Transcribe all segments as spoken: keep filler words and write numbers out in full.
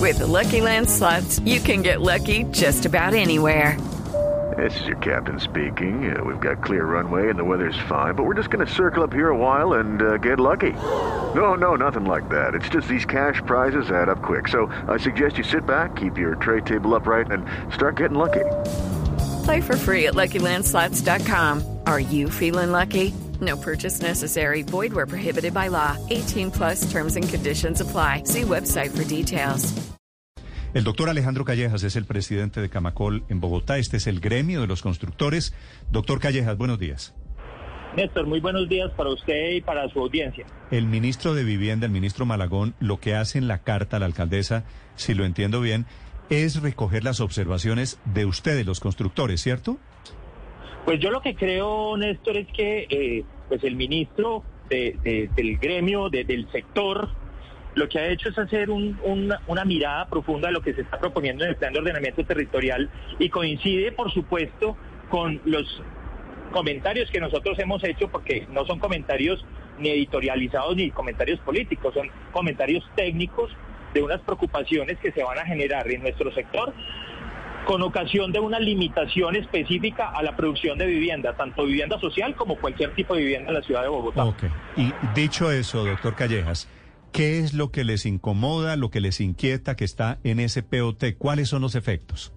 With the Lucky Land Slots, you can get lucky just about anywhere. This is your captain speaking. Uh, we've got clear runway and the weather's fine, but we're just going to circle up here a while and uh, get lucky. No, no, nothing like that. It's just these cash prizes add up quick. So I suggest you sit back, keep your tray table upright, and start getting lucky. Play for free at Lucky Land Slots dot com. Are you feeling lucky? No purchase necessary. Void where prohibited by law. eighteen plus terms and conditions apply. See website for details. El doctor Alejandro Callejas es el presidente de Camacol en Bogotá. Este es el gremio de los constructores. Doctor Callejas, buenos días. Néstor, muy buenos días para usted y para su audiencia. El ministro de Vivienda, el ministro Malagón, lo que hace en la carta a la alcaldesa, si lo entiendo bien, es recoger las observaciones de ustedes, los constructores, ¿cierto? Pues yo lo que creo, Néstor, es que eh, pues el ministro de, de, del gremio, de, del sector, lo que ha hecho es hacer un, una, una mirada profunda de lo que se está proponiendo en el plan de ordenamiento territorial y coincide, por supuesto, con los comentarios que nosotros hemos hecho, porque no son comentarios ni editorializados ni comentarios políticos, son comentarios técnicos de unas preocupaciones que se van a generar en nuestro sector con ocasión de una limitación específica a la producción de vivienda, tanto vivienda social como cualquier tipo de vivienda en la ciudad de Bogotá. Ok. Y dicho eso, doctor Callejas, ¿qué es lo que les incomoda, lo que les inquieta que está en ese P O T? ¿Cuáles son los efectos?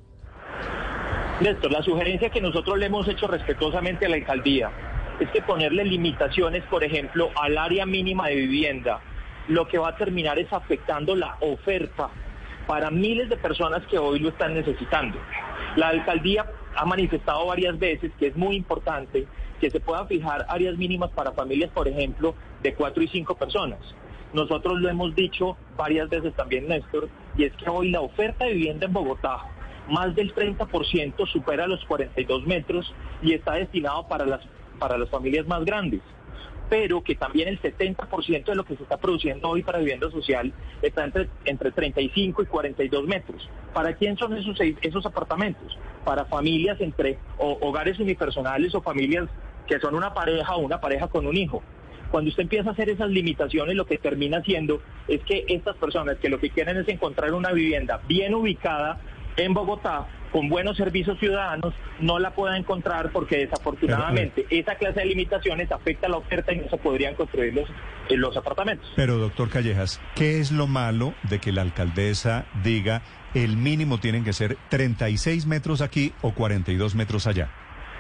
Néstor, la sugerencia que nosotros le hemos hecho respetuosamente a la alcaldía es que ponerle limitaciones, por ejemplo, al área mínima de vivienda, lo que va a terminar es afectando la oferta para miles de personas que hoy lo están necesitando. La alcaldía ha manifestado varias veces que es muy importante que se puedan fijar áreas mínimas para familias, por ejemplo, de cuatro y cinco personas. Nosotros lo hemos dicho varias veces también, Néstor, y es que hoy la oferta de vivienda en Bogotá, más del treinta por ciento supera los cuarenta y dos metros y está destinado para las, para las familias más grandes, pero que también el setenta por ciento de lo que se está produciendo hoy para vivienda social está entre, entre treinta y cinco y cuarenta y dos metros. ¿Para quién son esos, esos apartamentos? Para familias entre o, hogares unipersonales o familias que son una pareja o una pareja con un hijo. Cuando usted empieza a hacer esas limitaciones, lo que termina haciendo es que estas personas que lo que quieren es encontrar una vivienda bien ubicada en Bogotá, con buenos servicios ciudadanos, no la pueda encontrar porque desafortunadamente pero, esa clase de limitaciones afecta a la oferta y no se podrían construir los, eh, los apartamentos. Pero, doctor Callejas, ¿qué es lo malo de que la alcaldesa diga el mínimo tienen que ser treinta y seis metros aquí o cuarenta y dos metros allá?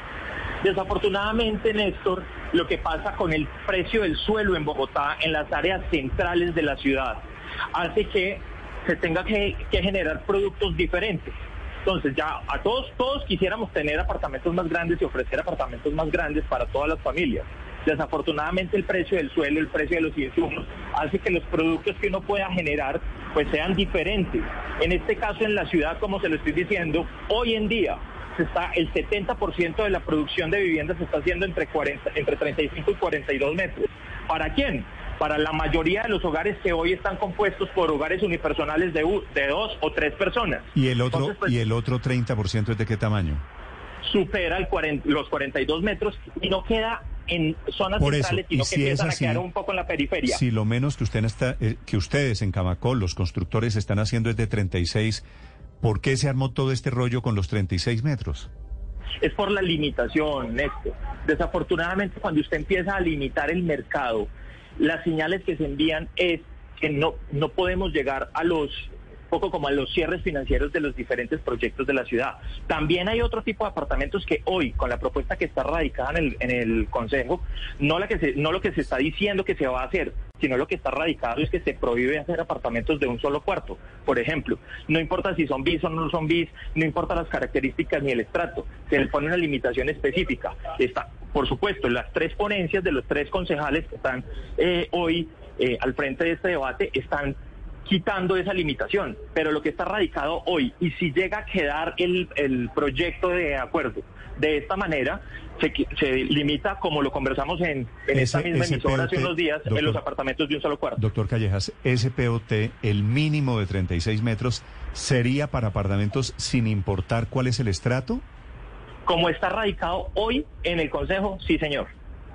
Desafortunadamente, Néstor, lo que pasa con el precio del suelo en Bogotá, en las áreas centrales de la ciudad, hace que se tenga que, que generar productos diferentes. Entonces ya a todos, todos quisiéramos tener apartamentos más grandes y ofrecer apartamentos más grandes para todas las familias. Desafortunadamente el precio del suelo, el precio de los insumos, hace que los productos que uno pueda generar pues sean diferentes. En este caso en la ciudad, como se lo estoy diciendo, hoy en día se está, el setenta por ciento de la producción de viviendas se está haciendo entre, cuarenta, entre treinta y cinco y cuarenta y dos metros. ¿Para quién? Para la mayoría de los hogares que hoy están compuestos por hogares unipersonales de, de dos o tres personas. ¿Y el otro Entonces, pues, y el otro treinta por ciento es de qué tamaño? Supera el cuarenta, los cuarenta y dos metros y no queda en zonas Por centrales, eso, sino si que empiezan así, a quedar un poco en la periferia. Si lo menos que, usted está, eh, que ustedes en Camacol, los constructores, están haciendo es de treinta y seis, ¿por qué se armó todo este rollo con los treinta y seis metros? Es por la limitación, Néstor. Desafortunadamente, cuando usted empieza a limitar el mercado, las señales que se envían es que no, no podemos llegar a los, poco como a los cierres financieros de los diferentes proyectos de la ciudad. También hay otro tipo de apartamentos que hoy, con la propuesta que está radicada en el, en el Consejo, no, la que se, no lo que se está diciendo que se va a hacer, sino lo que está radicado es que se prohíbe hacer apartamentos de un solo cuarto. Por ejemplo, no importa si son bis o no son bis, no importa las características ni el estrato, se le pone una limitación específica. Está, por supuesto, las tres ponencias de los tres concejales que están eh, hoy eh, al frente de este debate están quitando esa limitación, pero lo que está radicado hoy, y si llega a quedar el, el proyecto de acuerdo de esta manera, se, se limita, como lo conversamos en, en ese, esta misma emisora hace unos días, doctor, en los apartamentos de un solo cuarto. Doctor Callejas, ese P O T, el mínimo de treinta y seis metros, ¿sería para apartamentos sin importar cuál es el estrato? Como está radicado hoy en el Consejo, sí, señor.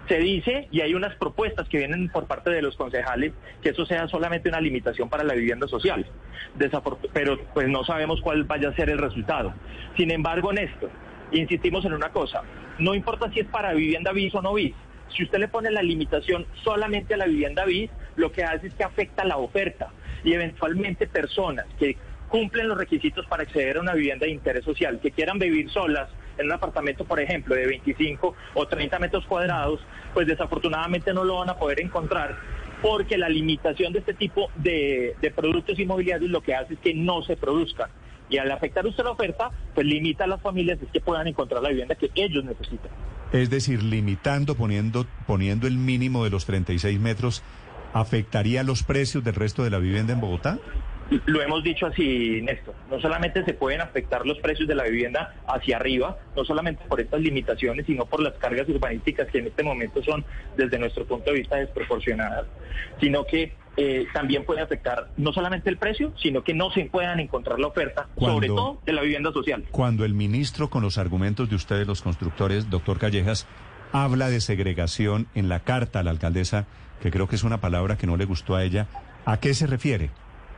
Se dice, y hay unas propuestas que vienen por parte de los concejales, que eso sea solamente una limitación para la vivienda social, Desaport- pero pues no sabemos cuál vaya a ser el resultado. Sin embargo, Néstor, insistimos en una cosa, no importa si es para vivienda bis o no bis, si usted le pone la limitación solamente a la vivienda bis, lo que hace es que afecta la oferta, y eventualmente personas que cumplen los requisitos para acceder a una vivienda de interés social, que quieran vivir solas, en un apartamento, por ejemplo, de veinticinco o treinta metros cuadrados, pues desafortunadamente no lo van a poder encontrar, porque la limitación de este tipo de, de productos inmobiliarios lo que hace es que no se produzcan. Y al afectar usted la oferta, pues limita a las familias es que puedan encontrar la vivienda que ellos necesitan. Es decir, limitando, poniendo, poniendo el mínimo de los treinta y seis metros, ¿afectaría los precios del resto de la vivienda en Bogotá? Lo hemos dicho así, Néstor, no solamente se pueden afectar los precios de la vivienda hacia arriba, no solamente por estas limitaciones, sino por las cargas urbanísticas que en este momento son, desde nuestro punto de vista, desproporcionadas, sino que eh, también puede afectar no solamente el precio, sino que no se puedan encontrar la oferta, cuando, sobre todo de la vivienda social. Cuando el ministro, con los argumentos de ustedes, los constructores, doctor Callejas, habla de segregación en la carta a la alcaldesa, que creo que es una palabra que no le gustó a ella, ¿a qué se refiere?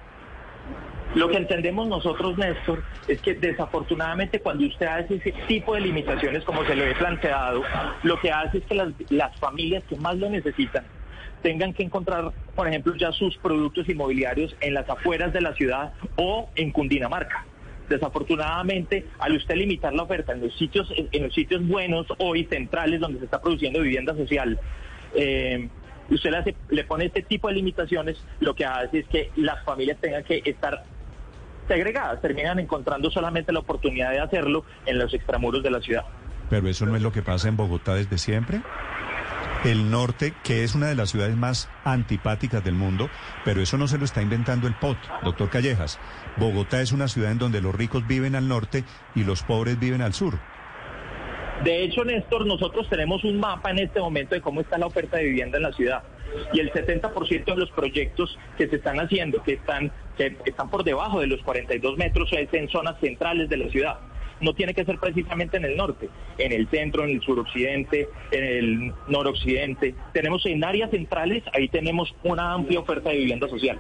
Lo que entendemos nosotros, Néstor, es que desafortunadamente cuando usted hace ese tipo de limitaciones como se lo he planteado, lo que hace es que las, las familias que más lo necesitan tengan que encontrar, por ejemplo, ya sus productos inmobiliarios en las afueras de la ciudad o en Cundinamarca. Desafortunadamente, al usted limitar la oferta en los sitios, en los sitios buenos hoy centrales donde se está produciendo vivienda social, eh, usted le, hace, le pone este tipo de limitaciones, lo que hace es que las familias tengan que estar segregadas, terminan encontrando solamente la oportunidad de hacerlo en los extramuros de la ciudad. Pero eso no es lo que pasa en Bogotá desde siempre. El norte, que es una de las ciudades más antipáticas del mundo, pero eso no se lo está inventando el P O T, doctor Callejas. Bogotá es una ciudad en donde los ricos viven al norte y los pobres viven al sur. De hecho, Néstor, nosotros tenemos un mapa en este momento de cómo está la oferta de vivienda en la ciudad. Y el setenta por ciento de los proyectos que se están haciendo, que están, que están por debajo de los cuarenta y dos metros, es en zonas centrales de la ciudad. No tiene que ser precisamente en el norte, en el centro, en el suroccidente, en el noroccidente. Tenemos en áreas centrales, ahí tenemos una amplia oferta de vivienda social.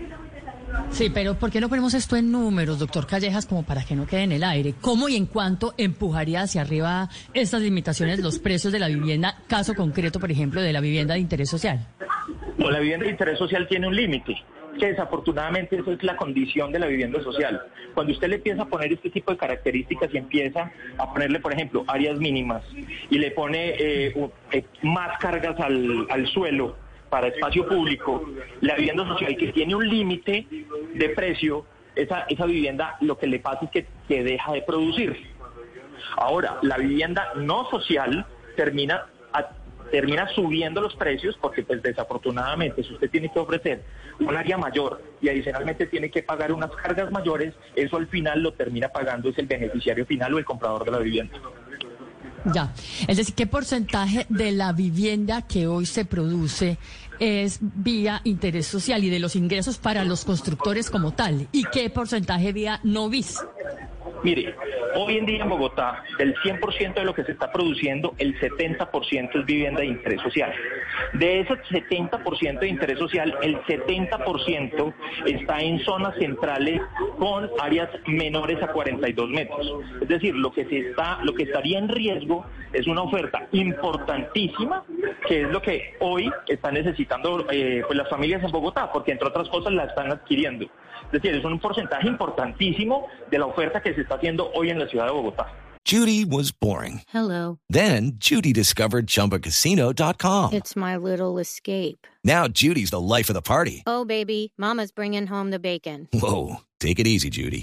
Sí, pero ¿por qué no ponemos esto en números, doctor Callejas, como para que no quede en el aire? ¿Cómo y en cuánto empujaría hacia arriba estas limitaciones los precios de la vivienda, caso concreto, por ejemplo, de la vivienda de interés social? No, la vivienda de interés social tiene un límite, que desafortunadamente eso es la condición de la vivienda social. Cuando usted le empieza a poner este tipo de características y empieza a ponerle, por ejemplo, áreas mínimas y le pone eh, eh, más cargas al, al suelo, para espacio público, la vivienda social que tiene un límite de precio, esa, esa vivienda lo que le pasa es que, que deja de producir. Ahora, la vivienda no social termina, a, termina subiendo los precios porque pues desafortunadamente si usted tiene que ofrecer un área mayor y adicionalmente tiene que pagar unas cargas mayores, eso al final lo termina pagando es el beneficiario final o el comprador de la vivienda. Ya, es decir, ¿qué porcentaje de la vivienda que hoy se produce es vía interés social y de los ingresos para los constructores como tal? ¿Y qué porcentaje vía no bis? Mire, hoy en día en Bogotá, del cien por ciento de lo que se está produciendo, el setenta por ciento es vivienda de interés social. De ese setenta por ciento de interés social, el setenta por ciento está en zonas centrales con áreas menores a cuarenta y dos metros. Es decir, lo que se está, lo que estaría en riesgo es una oferta importantísima, que es lo que hoy están necesitando eh, pues las familias en Bogotá, porque entre otras cosas la están adquiriendo. Es decir, es un porcentaje importantísimo de la oferta que se está haciendo hoy en la ciudad de Bogotá. Judy was boring. Hello. Then Judy discovered Chumba Casino dot com. It's my little escape. Now Judy's the life of the party. Oh, baby, mama's bringing home the bacon. Whoa, take it easy, Judy.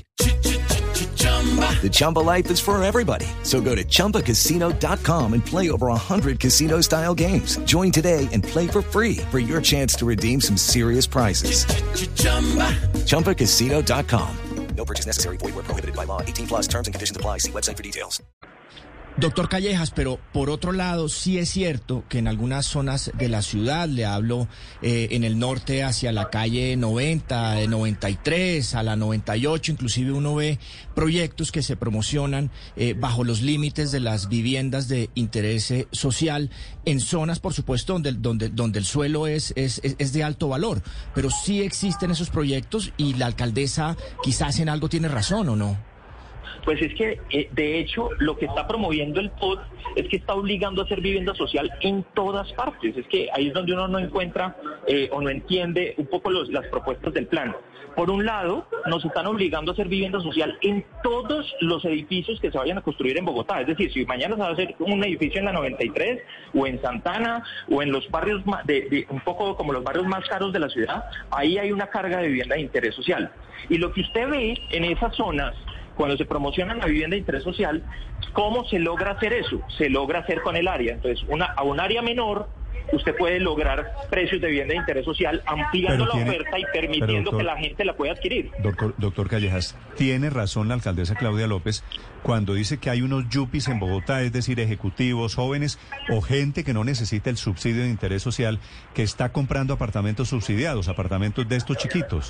The Chumba life is for everybody. So go to Chumba Casino dot com and play over one hundred casino-style games. Join today and play for free for your chance to redeem some serious prizes. Chumba Casino dot com. No purchase necessary. Void where prohibited by law. eighteen plus terms and conditions apply. See website for details. Doctor Callejas, pero por otro lado, sí es cierto que en algunas zonas de la ciudad, le hablo eh, en el norte hacia la calle noventa, de noventa y tres a la noventa y ocho, inclusive uno ve proyectos que se promocionan eh, bajo los límites de las viviendas de interés eh, social, en zonas, por supuesto, donde, donde, donde el suelo es, es, es de alto valor, pero sí existen esos proyectos y la alcaldesa quizás en algo tiene razón, ¿o no? Pues es que, eh, de hecho, lo que está promoviendo el P O T es que está obligando a hacer vivienda social en todas partes. Es que ahí es donde uno no encuentra eh, o no entiende un poco los, las propuestas del plan. Por un lado, nos están obligando a hacer vivienda social en todos los edificios que se vayan a construir en Bogotá. Es decir, si mañana se va a hacer un edificio en la noventa y tres o en Santana o en los barrios de, de un poco como los barrios más caros de la ciudad, ahí hay una carga de vivienda de interés social. Y lo que usted ve en esas zonas, cuando se promociona la vivienda de interés social, ¿cómo se logra hacer eso? Se logra hacer con el área. Entonces, una, a un área menor, usted puede lograr precios de vivienda de interés social ampliando la tiene, oferta y permitiendo doctor, que la gente la pueda adquirir. Doctor, doctor Callejas, tiene razón la alcaldesa Claudia López cuando dice que hay unos yuppies en Bogotá, es decir, ejecutivos, jóvenes o gente que no necesita el subsidio de interés social, que está comprando apartamentos subsidiados, apartamentos de estos chiquitos.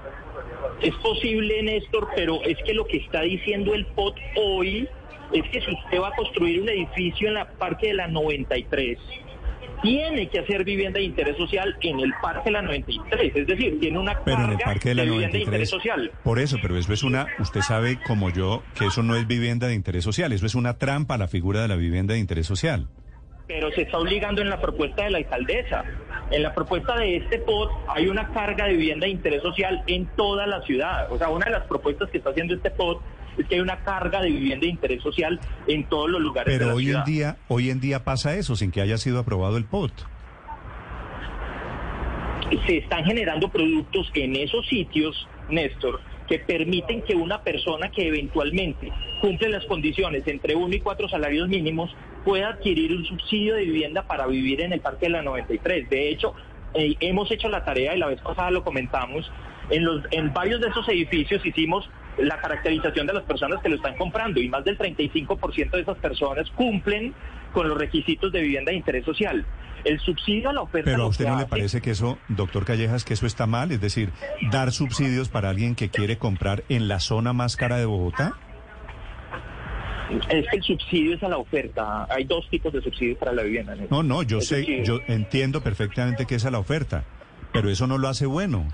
Es posible, Néstor, pero es que lo que está diciendo el P O T hoy es que si usted va a construir un edificio en la Parque de la noventa y tres, tiene que hacer vivienda de interés social en el Parque de la noventa y tres, es decir, tiene una pero carga en el Parque de, la de noventa y tres, vivienda de interés social. Por eso, pero eso es una, usted sabe como yo que eso no es vivienda de interés social, eso es una trampa a la figura de la vivienda de interés social. Pero se está obligando en la propuesta de la alcaldesa. En la propuesta de este P O T hay una carga de vivienda de interés social en toda la ciudad. O sea, una de las propuestas que está haciendo este P O T es que hay una carga de vivienda de interés social en todos los lugares Pero de la hoy ciudad. en día, hoy en día pasa eso sin que haya sido aprobado el P O T. Se están generando productos en esos sitios, Néstor, que permiten que una persona que eventualmente cumple las condiciones entre uno y cuatro salarios mínimos pueda adquirir un subsidio de vivienda para vivir en el Parque de la noventa y tres. De hecho, eh, hemos hecho la tarea y la vez pasada lo comentamos. En, los, en varios de esos edificios hicimos la caracterización de las personas que lo están comprando y más del treinta y cinco por ciento de esas personas cumplen con los requisitos de vivienda de interés social. El subsidio a la oferta... Pero a usted no le hace... parece que eso, doctor Callejas, que eso está mal, es decir, dar subsidios para alguien que quiere comprar en la zona más cara de Bogotá. Es que el subsidio es a la oferta. Hay dos tipos de subsidios para la vivienda. ¿No? No, no, yo el sé, subsidio. yo entiendo perfectamente que es a la oferta, pero eso no lo hace bueno.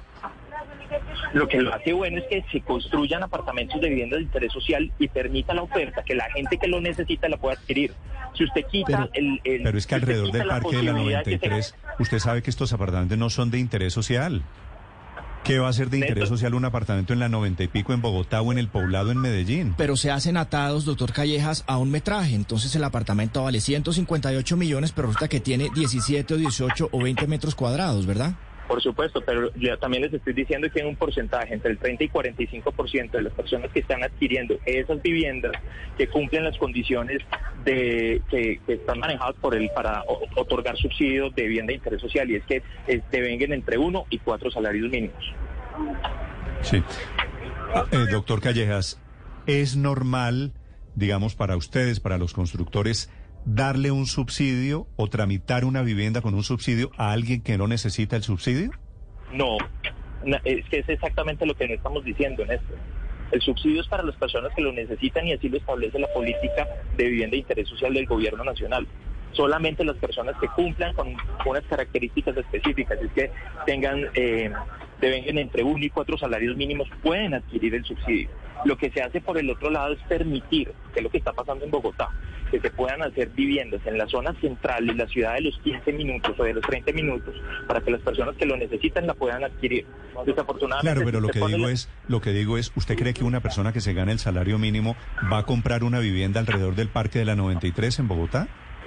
Lo que lo hace bueno es que se construyan apartamentos de vivienda de interés social y permita la oferta, que la gente que lo necesita la pueda adquirir. Si usted quita pero, el, el... Pero es que si alrededor del Parque de la noventa y tres, se... usted sabe que estos apartamentos no son de interés social. ¿Qué va a ser de interés social un apartamento en la noventa y pico en Bogotá o en el Poblado en Medellín? Pero se hacen atados, doctor Callejas, a un metraje. Entonces el apartamento vale ciento cincuenta y ocho millones, pero resulta que tiene diecisiete o dieciocho o veinte metros cuadrados, ¿verdad? Por supuesto, pero yo también les estoy diciendo que tiene un porcentaje entre el treinta y cuarenta y cinco por ciento de las personas que están adquiriendo esas viviendas que cumplen las condiciones de que, que están manejadas por el para o, otorgar subsidios de vivienda de interés social, y es que es, devengan entre uno y cuatro salarios mínimos. Sí. Eh, doctor Callejas, ¿es normal, digamos, para ustedes, para los constructores, darle un subsidio o tramitar una vivienda con un subsidio a alguien que no necesita el subsidio? No, es que es exactamente lo que no estamos diciendo, Néstor. El subsidio es para las personas que lo necesitan y así lo establece la política de vivienda de interés social del gobierno nacional. Solamente las personas que cumplan con unas características específicas, es que tengan, eh, devengan entre uno y cuatro salarios mínimos, pueden adquirir el subsidio. Lo que se hace por el otro lado es permitir, que es lo que está pasando en Bogotá, que se puedan hacer viviendas en la zona central, en la ciudad de los quince minutos o de los treinta minutos, para que las personas que lo necesitan la puedan adquirir. Desafortunadamente, claro, pero lo que digo la... es, lo que digo es, ¿usted cree que una persona que se gana el salario mínimo va a comprar una vivienda alrededor del Parque de la noventa y tres en Bogotá?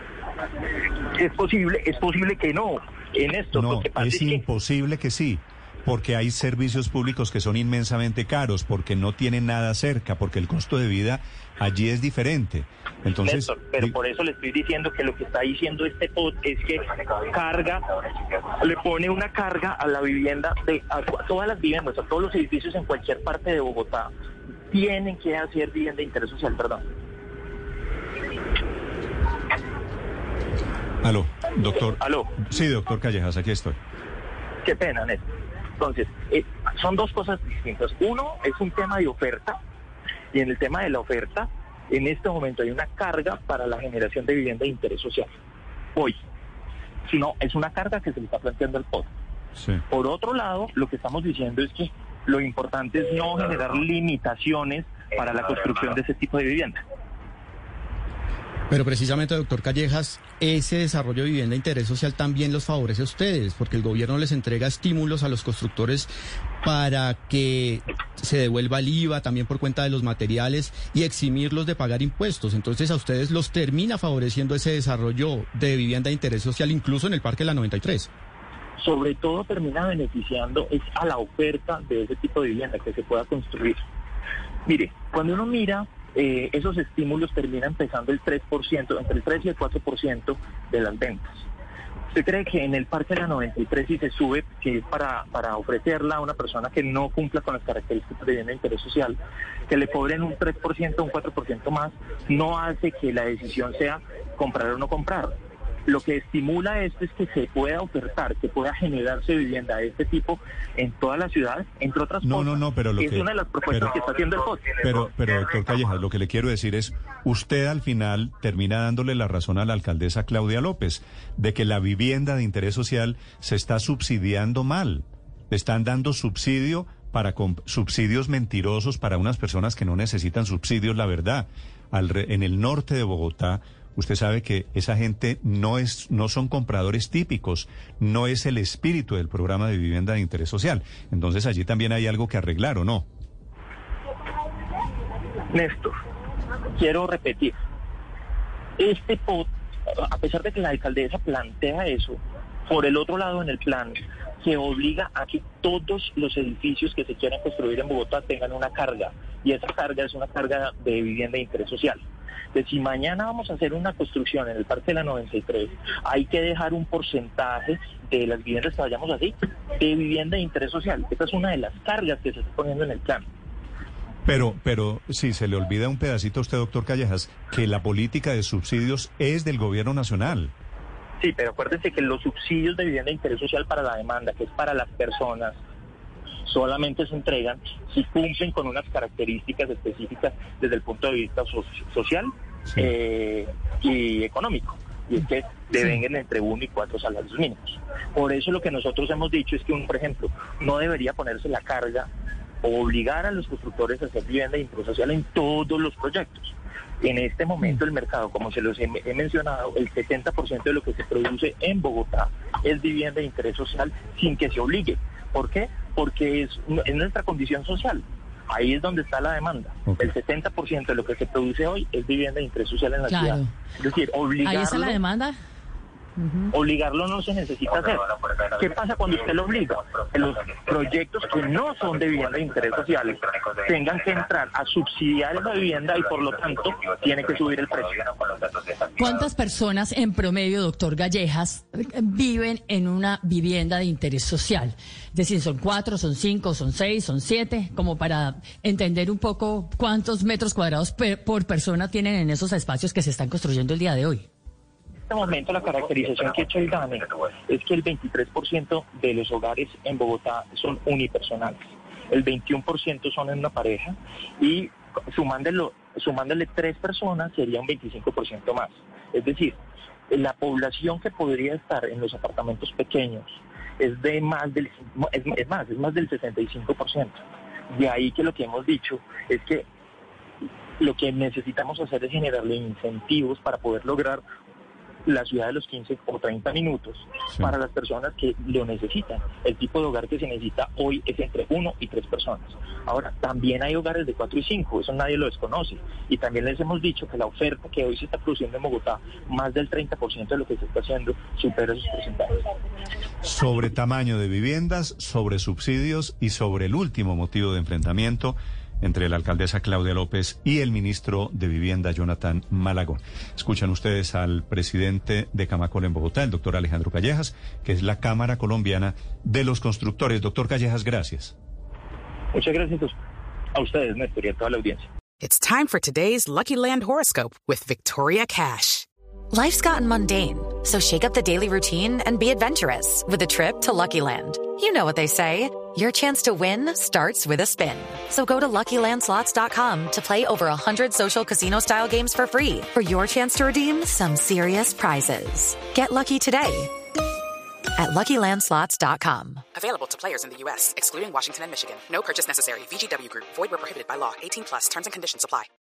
Es posible, es posible que no. En esto, no, lo que pasa es, es que... imposible que sí. Porque hay servicios públicos que son inmensamente caros, porque no tienen nada cerca, porque el costo de vida allí es diferente. Entonces, Néstor, pero por eso le estoy diciendo que lo que está diciendo este P O T es que carga, le pone una carga a la vivienda, de a, a todas las viviendas, a todos los edificios en cualquier parte de Bogotá, tienen que hacer vivienda de interés social, perdón. Aló, doctor. Aló. Sí, doctor Callejas, aquí estoy. Qué pena, Néstor. Entonces, eh, son dos cosas distintas. Uno es un tema de oferta, y en el tema de la oferta, en este momento hay una carga para la generación de vivienda de interés social. Hoy. Si no, es una carga que se le está planteando al P O T. Sí. Por otro lado, lo que estamos diciendo es que lo importante es no generar limitaciones para la construcción de ese tipo de vivienda. Pero precisamente, doctor Callejas, ese desarrollo de vivienda de interés social también los favorece a ustedes, porque el gobierno les entrega estímulos a los constructores para que se devuelva el I V A también por cuenta de los materiales y eximirlos de pagar impuestos. Entonces a ustedes los termina favoreciendo ese desarrollo de vivienda de interés social, incluso en el Parque La noventa y tres. Sobre todo termina beneficiando es a la oferta de ese tipo de vivienda que se pueda construir. Mire, cuando uno mira... Eh, esos estímulos terminan pesando el tres por ciento, entre el tres y el cuatro por ciento de las ventas. ¿Usted cree que en el Parque de la noventa y tres, si se sube, si es para, para ofrecerla a una persona que no cumpla con las características de vivienda de interés social, que le cobren un tres por ciento, un cuatro por ciento más, no hace que la decisión sea comprar o no comprar? Lo que estimula esto es que se pueda ofertar, que pueda generarse vivienda de este tipo en toda la ciudad, entre otras no, cosas. No, no, pero lo es que, una de las propuestas pero, que está haciendo el P O T. Pero, pero, doctor Callejas, lo que le quiero decir es, usted al final termina dándole la razón a la alcaldesa Claudia López, de que la vivienda de interés social se está subsidiando mal. Le están dando subsidio para subsidios mentirosos para unas personas que no necesitan subsidios, la verdad. Al re, en el norte de Bogotá, usted sabe que esa gente no es, no son compradores típicos, no es el espíritu del programa de vivienda de interés social. Entonces allí también hay algo que arreglar, ¿o no? Néstor, quiero repetir, este P O T, a pesar de que la alcaldesa plantea eso, por el otro lado en el plan, que obliga a que todos los edificios que se quieran construir en Bogotá tengan una carga, y esa carga es una carga de vivienda de interés social. De si mañana vamos a hacer una construcción en el Parque de la noventa y tres, hay que dejar un porcentaje de las viviendas que vayamos así, de vivienda de interés social. Esta es una de las cargas que se está poniendo en el plan. Pero, pero sí, se le olvida un pedacito a usted, doctor Callejas, que la política de subsidios es del gobierno nacional. Sí, pero acuérdense que los subsidios de vivienda de interés social para la demanda, que es para las personas, solamente se entregan si cumplen con unas características específicas desde el punto de vista so- social sí. eh, y económico. Y es que devengan entre uno y cuatro salarios mínimos. Por eso lo que nosotros hemos dicho es que, un, por ejemplo, no debería ponerse la carga o obligar a los constructores a hacer vivienda de interés social en todos los proyectos. En este momento el mercado, como se los he, he mencionado, el setenta por ciento de lo que se produce en Bogotá es vivienda de interés social sin que se obligue. ¿Por qué? Porque es, es nuestra condición social. Ahí es donde está la demanda. Okay. El setenta por ciento de lo que se produce hoy es vivienda de interés social en la claro. ciudad. Es decir, obligarlo... Ahí está la demanda. Uh-huh. Obligarlo no se necesita hacer. ¿Qué pasa cuando usted lo obliga? Que los proyectos que no son de vivienda de interés social tengan que entrar a subsidiar esa vivienda y por lo tanto tiene que subir el precio. ¿Cuántas personas en promedio, doctor Callejas, viven en una vivienda de interés social? Es decir, ¿son cuatro, son cinco, son seis, son siete? Como para entender un poco cuántos metros cuadrados per, por persona tienen en esos espacios que se están construyendo el día de hoy. En este momento la caracterización que ha hecho el DANE es que el veintitrés por ciento de los hogares en Bogotá son unipersonales, el veintiuno por ciento son en una pareja y sumándolo, sumándole tres personas sería un veinticinco por ciento más. Es decir, la población que podría estar en los apartamentos pequeños es de más del es, es más, es más del sesenta y cinco por ciento. De ahí que lo que hemos dicho es que lo que necesitamos hacer es generarle incentivos para poder lograr la ciudad de los quince o treinta minutos sí. para las personas que lo necesitan. El tipo de hogar que se necesita hoy es entre uno y tres personas. Ahora, también hay hogares de cuatro y cinco, eso nadie lo desconoce. Y también les hemos dicho que la oferta que hoy se está produciendo en Bogotá, más del treinta por ciento de lo que se está haciendo, supera esos porcentajes. Sobre tamaño de viviendas, sobre subsidios y sobre el último motivo de enfrentamiento entre la alcaldesa Claudia López y el ministro de Vivienda, Jonathan Malagón. Escuchan ustedes al presidente de Camacol en Bogotá, el doctor Alejandro Callejas, que es la Cámara Colombiana de los Constructores. Doctor Callejas, gracias. Muchas gracias a ustedes, Néstor, y a toda la audiencia. It's time for today's Lucky Land horoscope with Victoria Cash. Life's gotten mundane, so shake up the daily routine and be adventurous with a trip to Lucky Land. You know what they say, your chance to win starts with a spin. So go to Lucky Land Slots dot com to play over one hundred social casino-style games for free for your chance to redeem some serious prizes. Get lucky today at Lucky Land Slots dot com. Available to players in the U S, excluding Washington and Michigan. No purchase necessary. V G W Group. Void where prohibited by law. eighteen plus. Terms and conditions apply.